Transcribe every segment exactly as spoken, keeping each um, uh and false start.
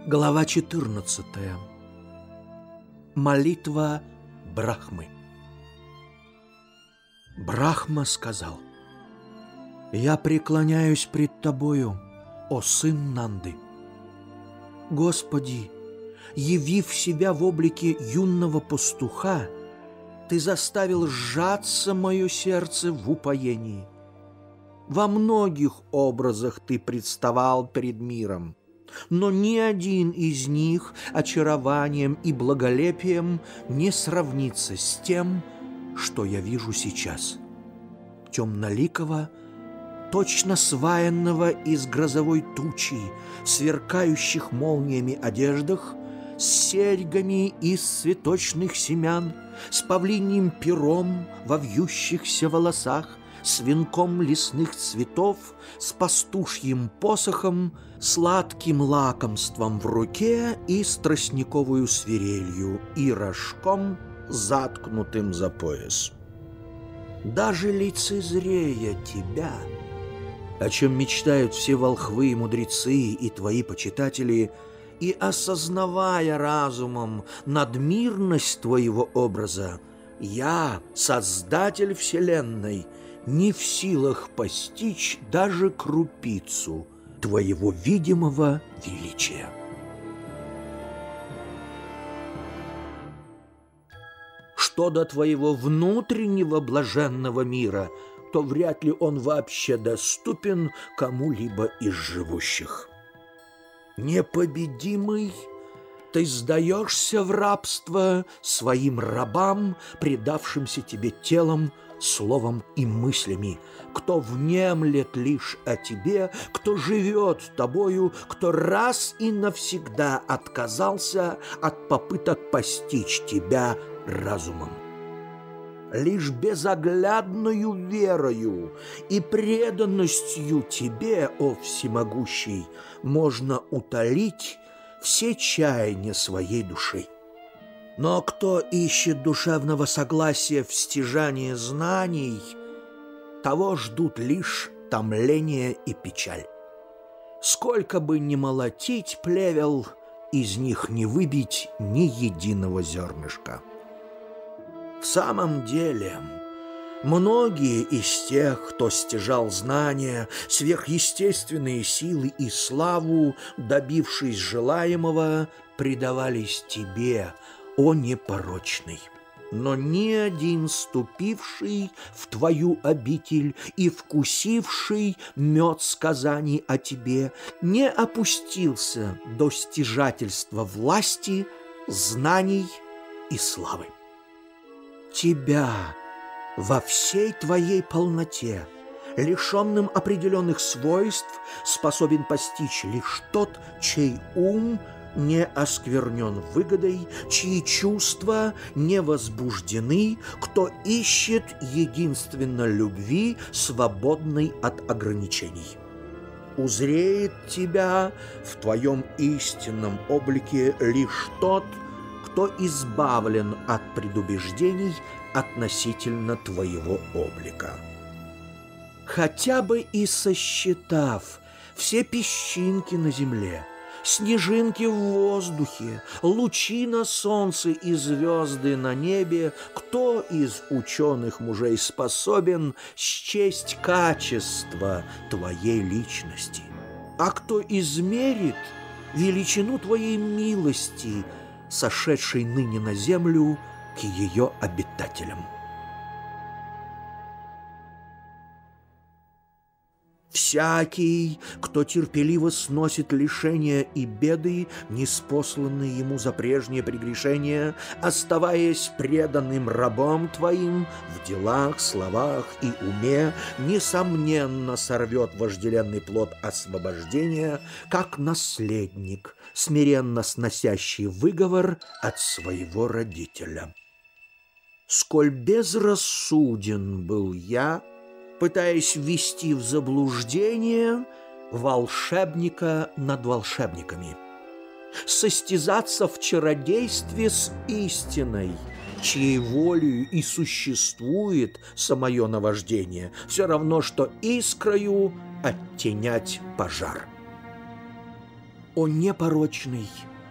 Глава четырнадцатая. Молитва Брахмы. Брахма сказал: «Я преклоняюсь пред Тобою, о сын Нанды. Господи, явив себя в облике юного пастуха, Ты заставил сжаться мое сердце в упоении. Во многих образах Ты представал перед миром, но ни один из них очарованием и благолепием не сравнится с тем, что я вижу сейчас. Темноликого, точно сваянного из грозовой тучи, в сверкающих молниями одеждах, с серьгами из цветочных семян, с павлиньим пером во вьющихся волосах, с венком лесных цветов, с пастушьим посохом, сладким лакомством в руке и с тростниковую свирелью и рожком, заткнутым за пояс. Даже лицезрея Тебя, о чем мечтают все волхвы и мудрецы и Твои почитатели, и осознавая разумом надмирность Твоего образа, я, Создатель Вселенной, не в силах постичь даже крупицу Твоего видимого величия. Что до Твоего внутреннего блаженного мира, то вряд ли он вообще доступен кому-либо из живущих. Непобедимый, Ты сдаешься в рабство своим рабам, предавшимся Тебе телом, словом и мыслями, кто внемлет лишь о Тебе, кто живет Тобою, кто раз и навсегда отказался от попыток постичь Тебя разумом. Лишь безоглядною верою и преданностью Тебе, о всемогущий, можно утолить все чаяния своей души. Но кто ищет душевного согласия в стяжании знаний, того ждут лишь томление и печаль. Сколько бы ни молотить плевел, из них не выбить ни единого зернышка. В самом деле, многие из тех, кто стяжал знания, сверхъестественные силы и славу, добившись желаемого, предавались Тебе, о непорочный. Но ни один, ступивший в Твою обитель и вкусивший мед сказаний о Тебе, не опустился до стяжательства власти, знаний и славы. Тебя во всей Твоей полноте, лишенным определенных свойств, способен постичь лишь тот, чей ум не осквернен выгодой, чьи чувства не возбуждены, кто ищет единственно любви, свободной от ограничений. Узреет Тебя в Твоем истинном облике лишь тот, кто избавлен от предубеждений относительно Твоего облика. Хотя бы и сосчитав все песчинки на земле, снежинки в воздухе, лучи на солнце и звезды на небе, кто из ученых мужей способен счесть качество Твоей личности? А кто измерит величину Твоей милости, сошедшей ныне на землю к ее обитателям? Всякий, кто терпеливо сносит лишения и беды, ниспосланные ему за прежние прегрешения, оставаясь преданным рабом Твоим в делах, словах и уме, несомненно сорвет вожделенный плод освобождения, как наследник, смиренно сносящий выговор от своего родителя. Сколь безрассуден был я, пытаясь ввести в заблуждение волшебника над волшебниками, состязаться в чародействе с истиной, чьей волею и существует самое наваждение, все равно, что искрою оттенять пожар. О непорочный,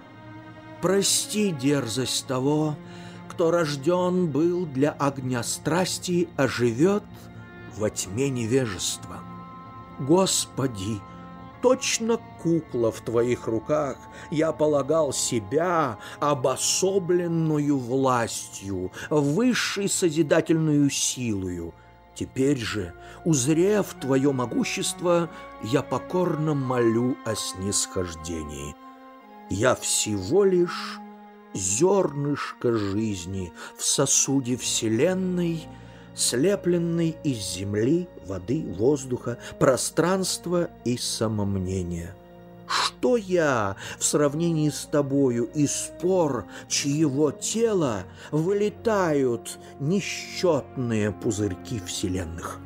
прости дерзость того, кто рожден был для огня страсти, а живет во тьме невежества. Господи, точно кукла в Твоих руках я полагал себя обособленную властью, высшей созидательную силою. Теперь же, узрев Твое могущество, я покорно молю о снисхождении. Я всего лишь зернышко жизни в сосуде вселенной, слепленной из земли, воды, воздуха, пространства и самомнения. Что я в сравнении с Тобою и спор, чьего тела вылетают несчетные пузырьки вселенных?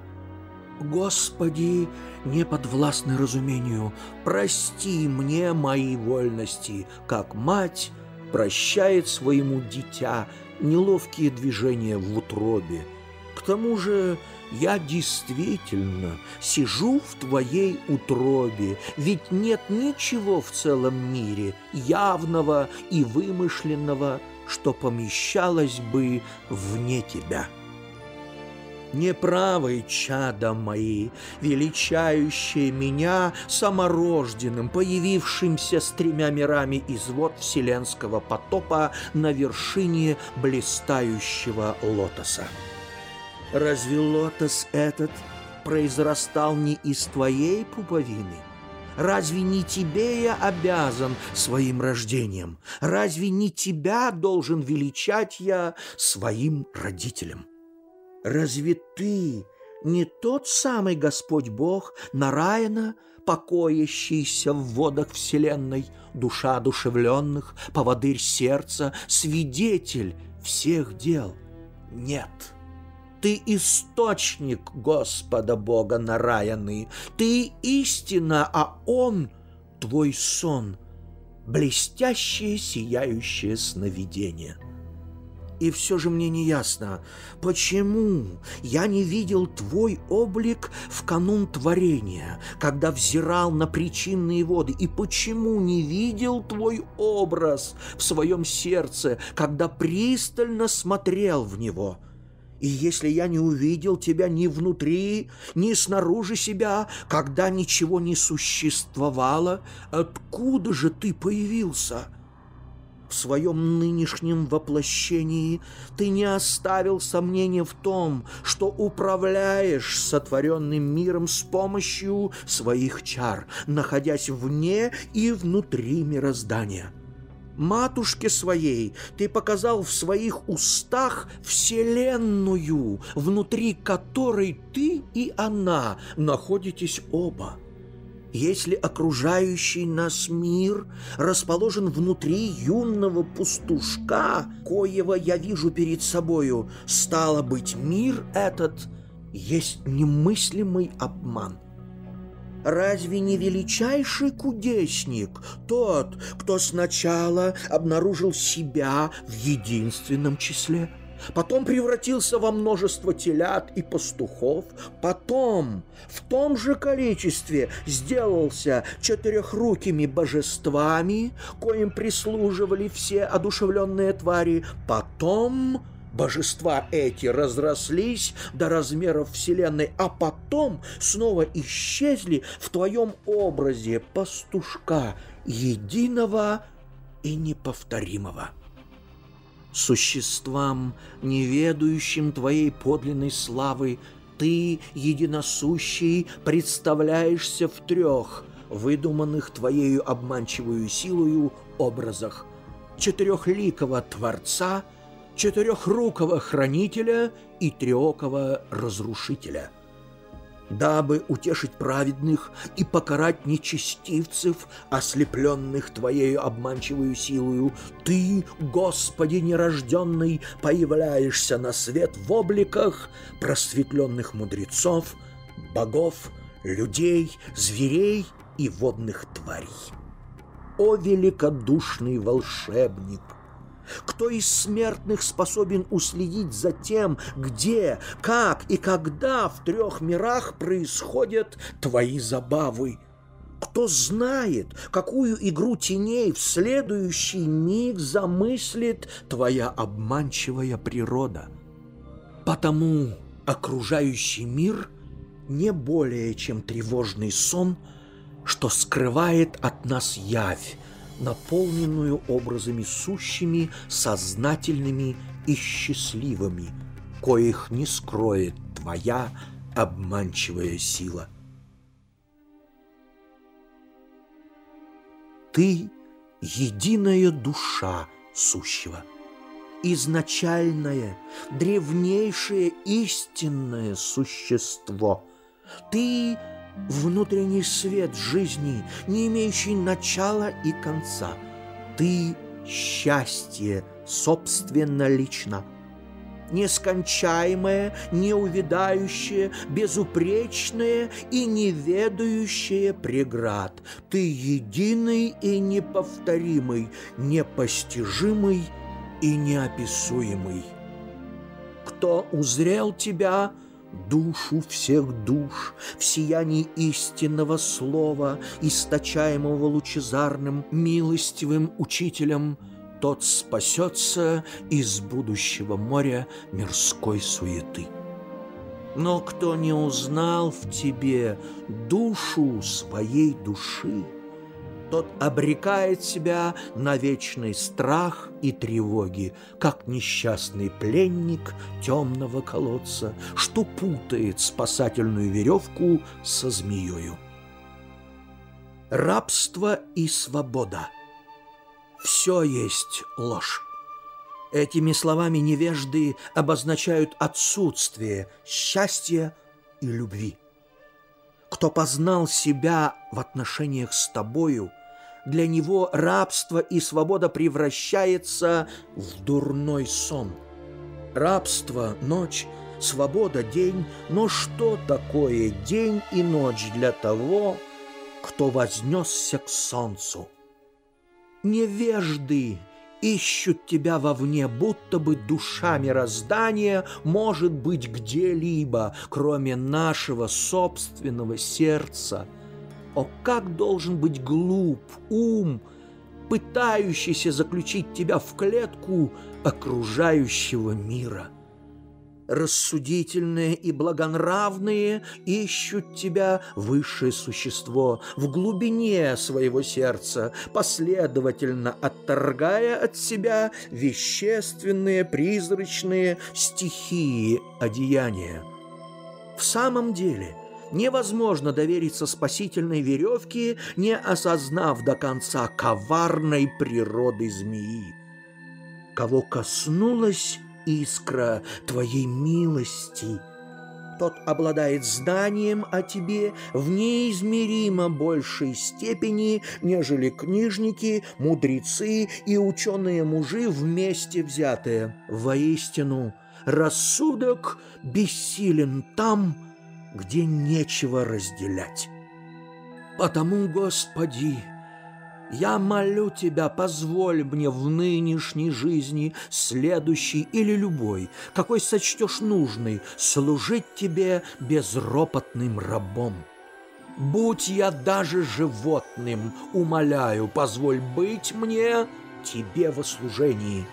Господи, не подвластный разумению, прости мне мои вольности, как мать прощает своему дитя неловкие движения в утробе. К тому же я действительно сижу в Твоей утробе, ведь нет ничего в целом мире, явного и вымышленного, что помещалось бы вне Тебя. Неправые чада мои, величающие меня саморожденным, появившимся с тремя мирами из вод вселенского потопа на вершине блистающего лотоса. Разве лотос этот произрастал не из Твоей пуповины? Разве не Тебе я обязан своим рождением? Разве не Тебя должен величать я своим родителем? Разве Ты не тот самый Господь Бог Нараяна, покоящийся в водах вселенной, душа одушевленных, поводырь сердца, свидетель всех дел? Нет. Ты источник Господа Бога Нараяны, Ты истина, а Он — Твой сон, блестящее, сияющее сновидение. И все же мне не ясно, почему я не видел Твой облик в канун творения, когда взирал на причинные воды, и почему не видел Твой образ в своем сердце, когда пристально смотрел в него. И если я не увидел Тебя ни внутри, ни снаружи себя, когда ничего не существовало, откуда же Ты появился? В своем нынешнем воплощении Ты не оставил сомнения в том, что управляешь сотворенным миром с помощью своих чар, находясь вне и внутри мироздания. Матушке своей Ты показал в своих устах вселенную, внутри которой Ты и она находитесь оба. Если окружающий нас мир расположен внутри юного пустушка, коего я вижу перед собою, стало быть, мир этот есть немыслимый обман. Разве не величайший кудесник тот, кто сначала обнаружил себя в единственном числе, потом превратился во множество телят и пастухов, потом в том же количестве сделался четырехрукими божествами, коим прислуживали все одушевленные твари, потом божества эти разрослись до размеров Вселенной, а потом снова исчезли в Твоем образе пастушка, единого и неповторимого. Существам, неведающим Твоей подлинной славы, Ты, единосущий, представляешься в трех, выдуманных Твоею обманчивую силою образах: четырехликого Творца, четырехрукого Хранителя и треокого Разрушителя. Дабы утешить праведных и покарать нечестивцев, ослепленных Твоею обманчивую силою, Ты, Господи нерожденный, появляешься на свет в обликах просветленных мудрецов, богов, людей, зверей и водных тварей. О великодушный волшебник! Кто из смертных способен уследить за тем, где, как и когда в трех мирах происходят Твои забавы? Кто знает, какую игру теней в следующий миг замыслит твоя обманчивая природа? Потому окружающий мир не более чем тревожный сон, что скрывает от нас явь, наполненную образами сущими, сознательными и счастливыми, коих не скроет твоя обманчивая сила. Ты — единая душа сущего, изначальное, древнейшее истинное существо. Ты — внутренний свет жизни, не имеющий начала и конца. Ты — счастье собственно лично, нескончаемое, неувядающее, безупречное и неведающее преград. Ты единый и неповторимый, непостижимый и неописуемый. Кто узрел тебя, душу всех душ, в сиянии истинного слова, источаемого лучезарным, милостивым учителем, тот спасется из будущего моря мирской суеты. Но кто не узнал в тебе душу своей души, тот обрекает себя на вечный страх и тревоги, как несчастный пленник темного колодца, что путает спасательную веревку со змеёю. Рабство и свобода — все есть ложь. Этими словами невежды обозначают отсутствие счастья и любви. Кто познал себя в отношениях с тобою, для него рабство и свобода превращается в дурной сон. Рабство — ночь, свобода — день, но что такое день и ночь для того, кто вознесся к солнцу? Невежды ищут тебя вовне, будто бы душа мироздания может быть где-либо, кроме нашего собственного сердца. О, как должен быть глуп ум, пытающийся заключить тебя в клетку окружающего мира! Рассудительные и благонравные ищут тебя, высшее существо, в глубине своего сердца, последовательно отторгая от себя вещественные, призрачные стихии одеяния. В самом деле, невозможно довериться спасительной веревке, не осознав до конца коварной природы змеи. Кого коснулась искра твоей милости, тот обладает знанием о тебе в неизмеримо большей степени, нежели книжники, мудрецы и ученые-мужи вместе взятые. Воистину, рассудок бессилен там, где нечего разделять. Потому, Господи, я молю Тебя, позволь мне в нынешней жизни, следующей или любой, какой сочтешь нужной, служить Тебе безропотным рабом. Будь я даже животным, умоляю, позволь быть мне Тебе во служении.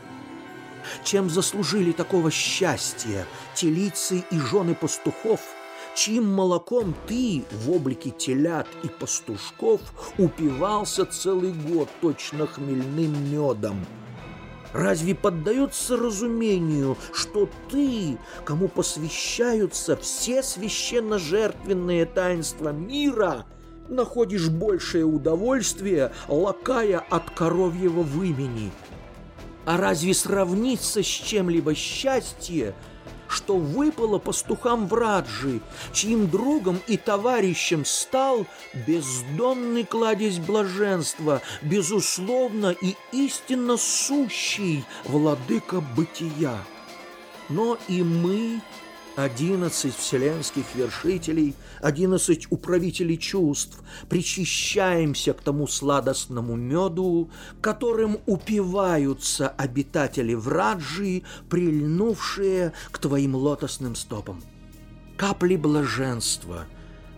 Чем заслужили такого счастья телицы и жены пастухов, чьим молоком ты в облике телят и пастушков упивался целый год точно хмельным медом? Разве поддается разумению, что ты, кому посвящаются все священно-жертвенные таинства мира, находишь большее удовольствие, лакая от коровьего вымени? А разве сравнится с чем-либо счастье, что выпало пастухам в Раджи, чьим другом и товарищем стал бездонный кладезь блаженства, безусловно и истинно сущий владыка бытия? Но и мы, одиннадцать вселенских вершителей, одиннадцать управителей чувств, причащаемся к тому сладостному меду, которым упиваются обитатели Враджи, прильнувшие к твоим лотосным стопам. Капли блаженства,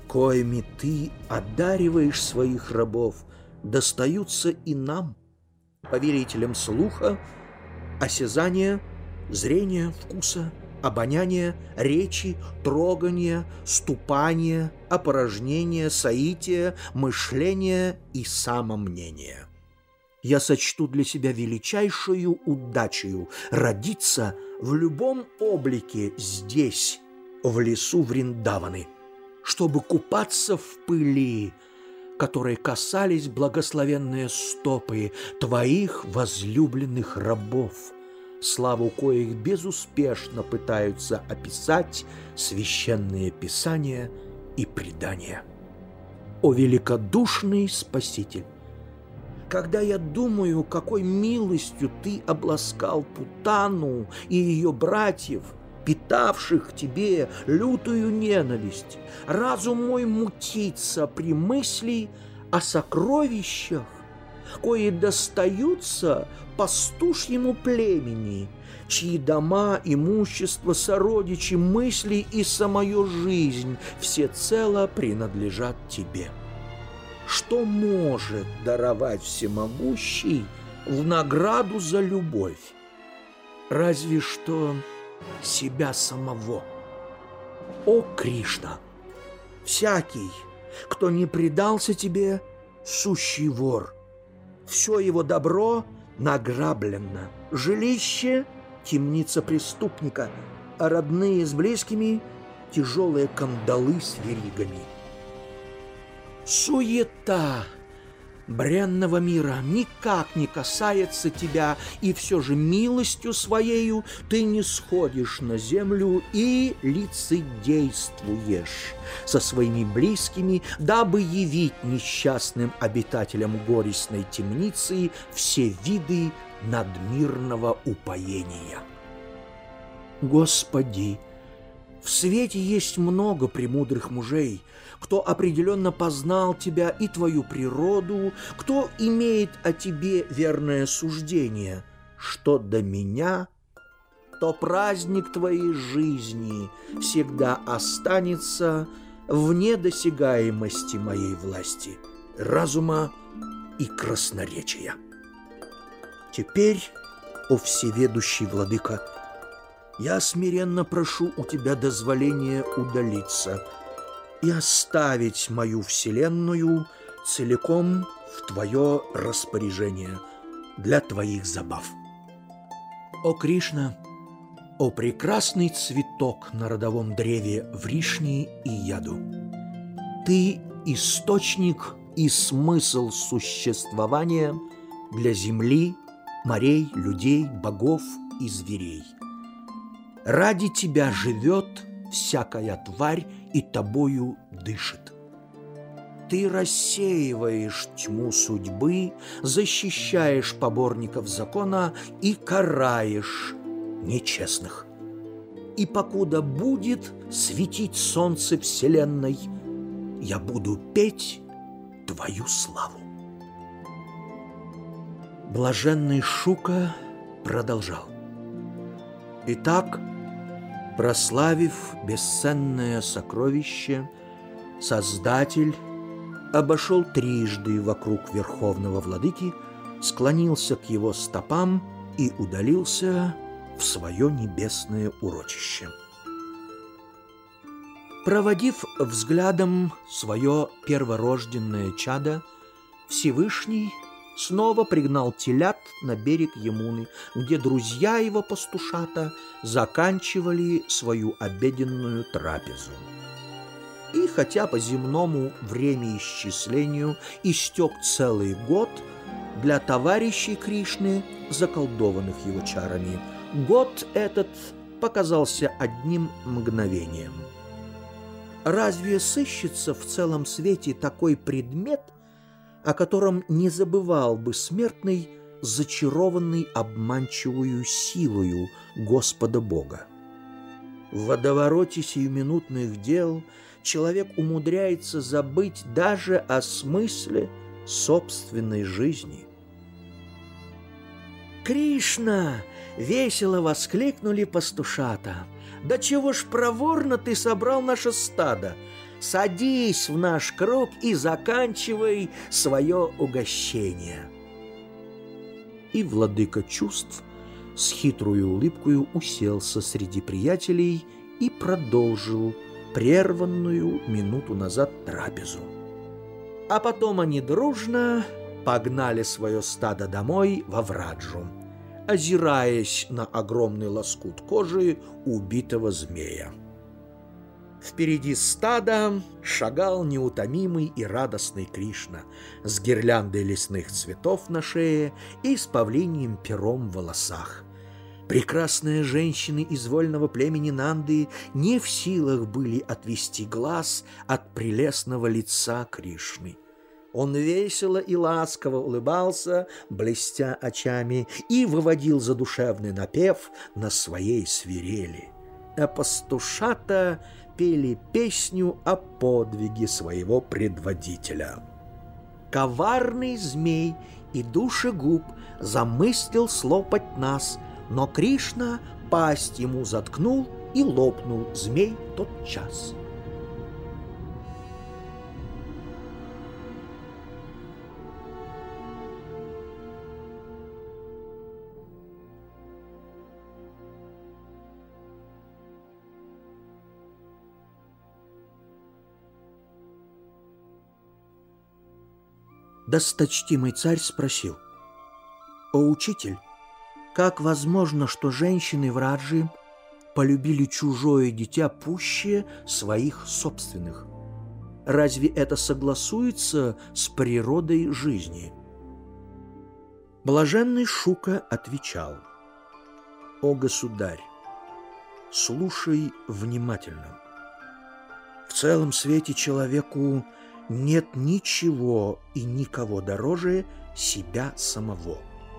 коими ты одариваешь своих рабов, достаются и нам, повелителям слуха, осязания, зрения, вкуса, обоняния, речи, трогания, ступания, опорожнения, соития, мышления и самомнения. Я сочту для себя величайшую удачею родиться в любом облике здесь, в лесу Вриндаваны, чтобы купаться в пыли, которой касались благословенные стопы твоих возлюбленных рабов, славу коих безуспешно пытаются описать священные писания и предания. О великодушный Спаситель! Когда я думаю, какой милостью ты обласкал Путану и ее братьев, питавших к тебе лютую ненависть, разум мой мутится при мысли о сокровищах, кои достаются пастушьему племени, чьи дома, имущество, сородичи, мысли и самая жизнь всецело принадлежат тебе. Что может даровать всемогущий в награду за любовь? Разве что себя самого. О Кришна! Всякий, кто не предался тебе, сущий вор. Все его добро награблено. Жилище — темница преступника, а родные с близкими — тяжелые кандалы с веригами. Суета бренного мира никак не касается тебя, и все же милостью своею ты не сходишь на землю и лицедействуешь со своими близкими, дабы явить несчастным обитателям горестной темницы все виды надмирного упоения. Господи, в свете есть много премудрых мужей, кто определенно познал тебя и твою природу, кто имеет о тебе верное суждение. Что до меня, то праздник твоей жизни всегда останется вне досягаемости моей власти, разума и красноречия. Теперь, о всеведущий владыка, я смиренно прошу у тебя дозволения удалиться и оставить мою вселенную целиком в твое распоряжение для твоих забав. О Кришна, о прекрасный цветок на родовом древе Вришни и Яду! Ты источник и смысл существования для земли, морей, людей, богов и зверей. Ради тебя живет всякая тварь и тобою дышит. Ты рассеиваешь тьму судьбы, защищаешь поборников закона и караешь нечестных. И покуда будет светить солнце вселенной, я буду петь твою славу. Блаженный Шука продолжал. Итак, прославив бесценное сокровище, Создатель обошел трижды вокруг Верховного Владыки, склонился к его стопам и удалился в свое небесное урочище. Проводив взглядом свое перворожденное чадо, Всевышний снова пригнал телят на берег Ямуны, где друзья его пастушата заканчивали свою обеденную трапезу. И хотя по земному времяисчислению истек целый год, для товарищей Кришны, заколдованных его чарами, год этот показался одним мгновением. Разве сыщется в целом свете такой предмет, о котором не забывал бы смертный, зачарованный обманчивую силою Господа Бога? В водовороте сиюминутных дел человек умудряется забыть даже о смысле собственной жизни. «Кришна!» — весело воскликнули пастушата. «Да чего ж проворно ты собрал наше стадо! садись в наш круг и заканчивай свое угощение». И владыка чувств с хитрой улыбкою уселся среди приятелей и продолжил прерванную минуту назад трапезу. А потом они дружно погнали свое стадо домой во Враджу, озираясь на огромный лоскут кожи убитого змея. Впереди стада шагал неутомимый и радостный Кришна с гирляндой лесных цветов на шее и с павлиньим пером в волосах. Прекрасные женщины из вольного племени Нанды не в силах были отвести глаз от прелестного лица Кришны. Он весело и ласково улыбался, блестя очами, и выводил задушевный напев на своей свирели. А пастушата пели песню о подвиге своего предводителя. Коварный змей и душегуб замыслил слопать нас, но Кришна пасть ему заткнул, и лопнул змей тотчас. Досточтимый царь спросил: «О, учитель, как возможно, что женщины Враджи полюбили чужое дитя пуще своих собственных? Разве это согласуется с природой жизни?» Блаженный Шука отвечал: «О, государь, слушай внимательно. В целом свете человеку нет ничего и никого дороже себя самого.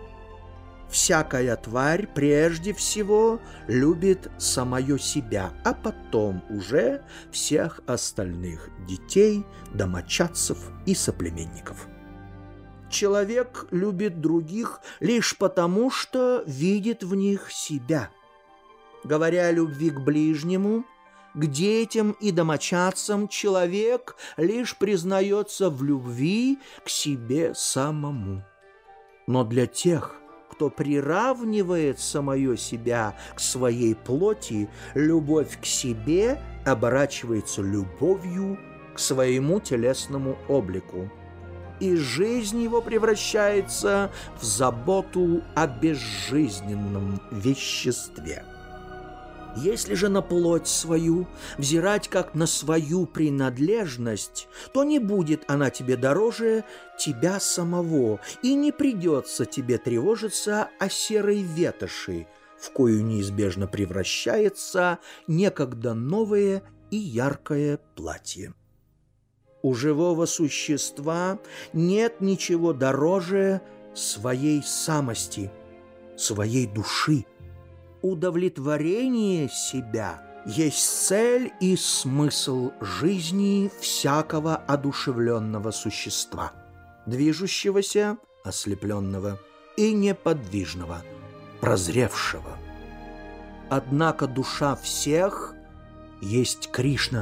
Всякая тварь прежде всего любит самое себя, а потом уже всех остальных детей, домочадцев и соплеменников. Человек любит других лишь потому, что видит в них себя. Говоря о любви к ближнему, к детям и домочадцам, человек лишь признается в любви к себе самому. Но для тех, кто приравнивает самое себя к своей плоти, любовь к себе оборачивается любовью к своему телесному облику, и жизнь его превращается в заботу о безжизненном веществе. Если же на плоть свою взирать как на свою принадлежность, то не будет она тебе дороже тебя самого, и не придется тебе тревожиться о серой ветоши, в кою неизбежно превращается некогда новое и яркое платье. У живого существа нет ничего дороже своей самости, своей души. Удовлетворение себя есть цель и смысл жизни всякого одушевленного существа, движущегося, ослепленного, и неподвижного, прозревшего. Однако душа всех есть Кришна.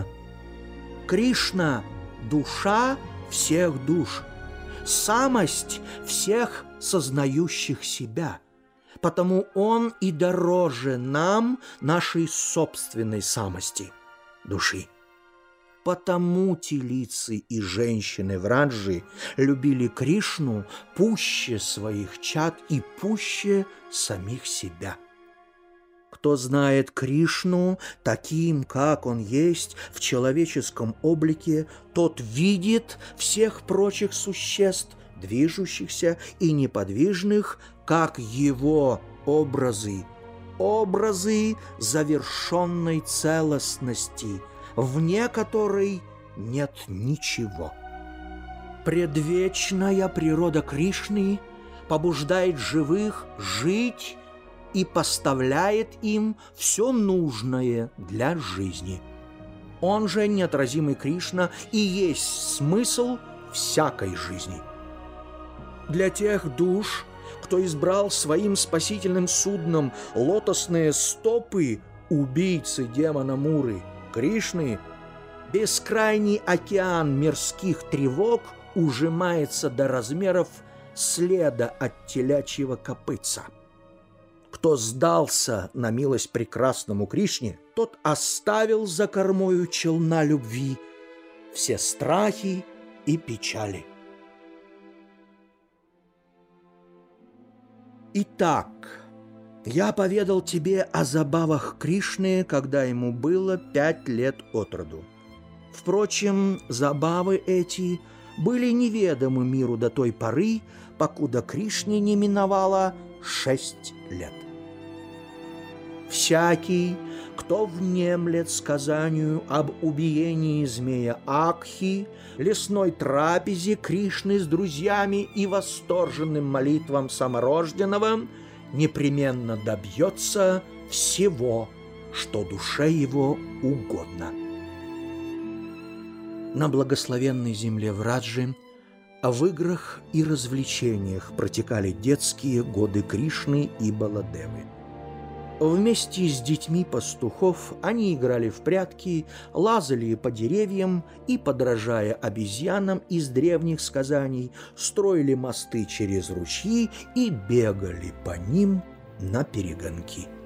Кришна — душа всех душ, самость всех сознающих себя. Потому он и дороже нам нашей собственной самости, души. Потому телицы и женщины Враджи любили Кришну пуще своих чад и пуще самих себя. Кто знает Кришну таким, как он есть, в человеческом облике, тот видит всех прочих существ, движущихся и неподвижных, как его образы, образы завершенной целостности, вне которой нет ничего. Предвечная природа Кришны побуждает живых жить и поставляет им все нужное для жизни. Он же, неотразимый Кришна, и есть смысл всякой жизни. Для тех душ, кто избрал своим спасительным судном лотосные стопы убийцы демона Муры, Кришны, Бескрайний океан мирских тревог ужимается до размеров следа от телячьего копытца. Кто сдался на милость прекрасному Кришне, тот оставил за кормою челна любви все страхи и печали. Итак, я поведал тебе о забавах Кришны, когда ему было пять лет от роду. Впрочем, забавы эти были неведомы миру до той поры, покуда Кришне не миновало шесть лет. Всякий, кто внемлет сказанию об убиении змея Акхи, лесной трапезе Кришны с друзьями и восторженным молитвам саморожденного, непременно добьется всего, что душе его угодно. На благословенной земле Враджи в играх и развлечениях протекали детские годы Кришны и Баладевы. Вместе с детьми пастухов они играли в прятки, лазали по деревьям и, подражая обезьянам из древних сказаний, строили мосты через ручьи и бегали по ним на перегонки.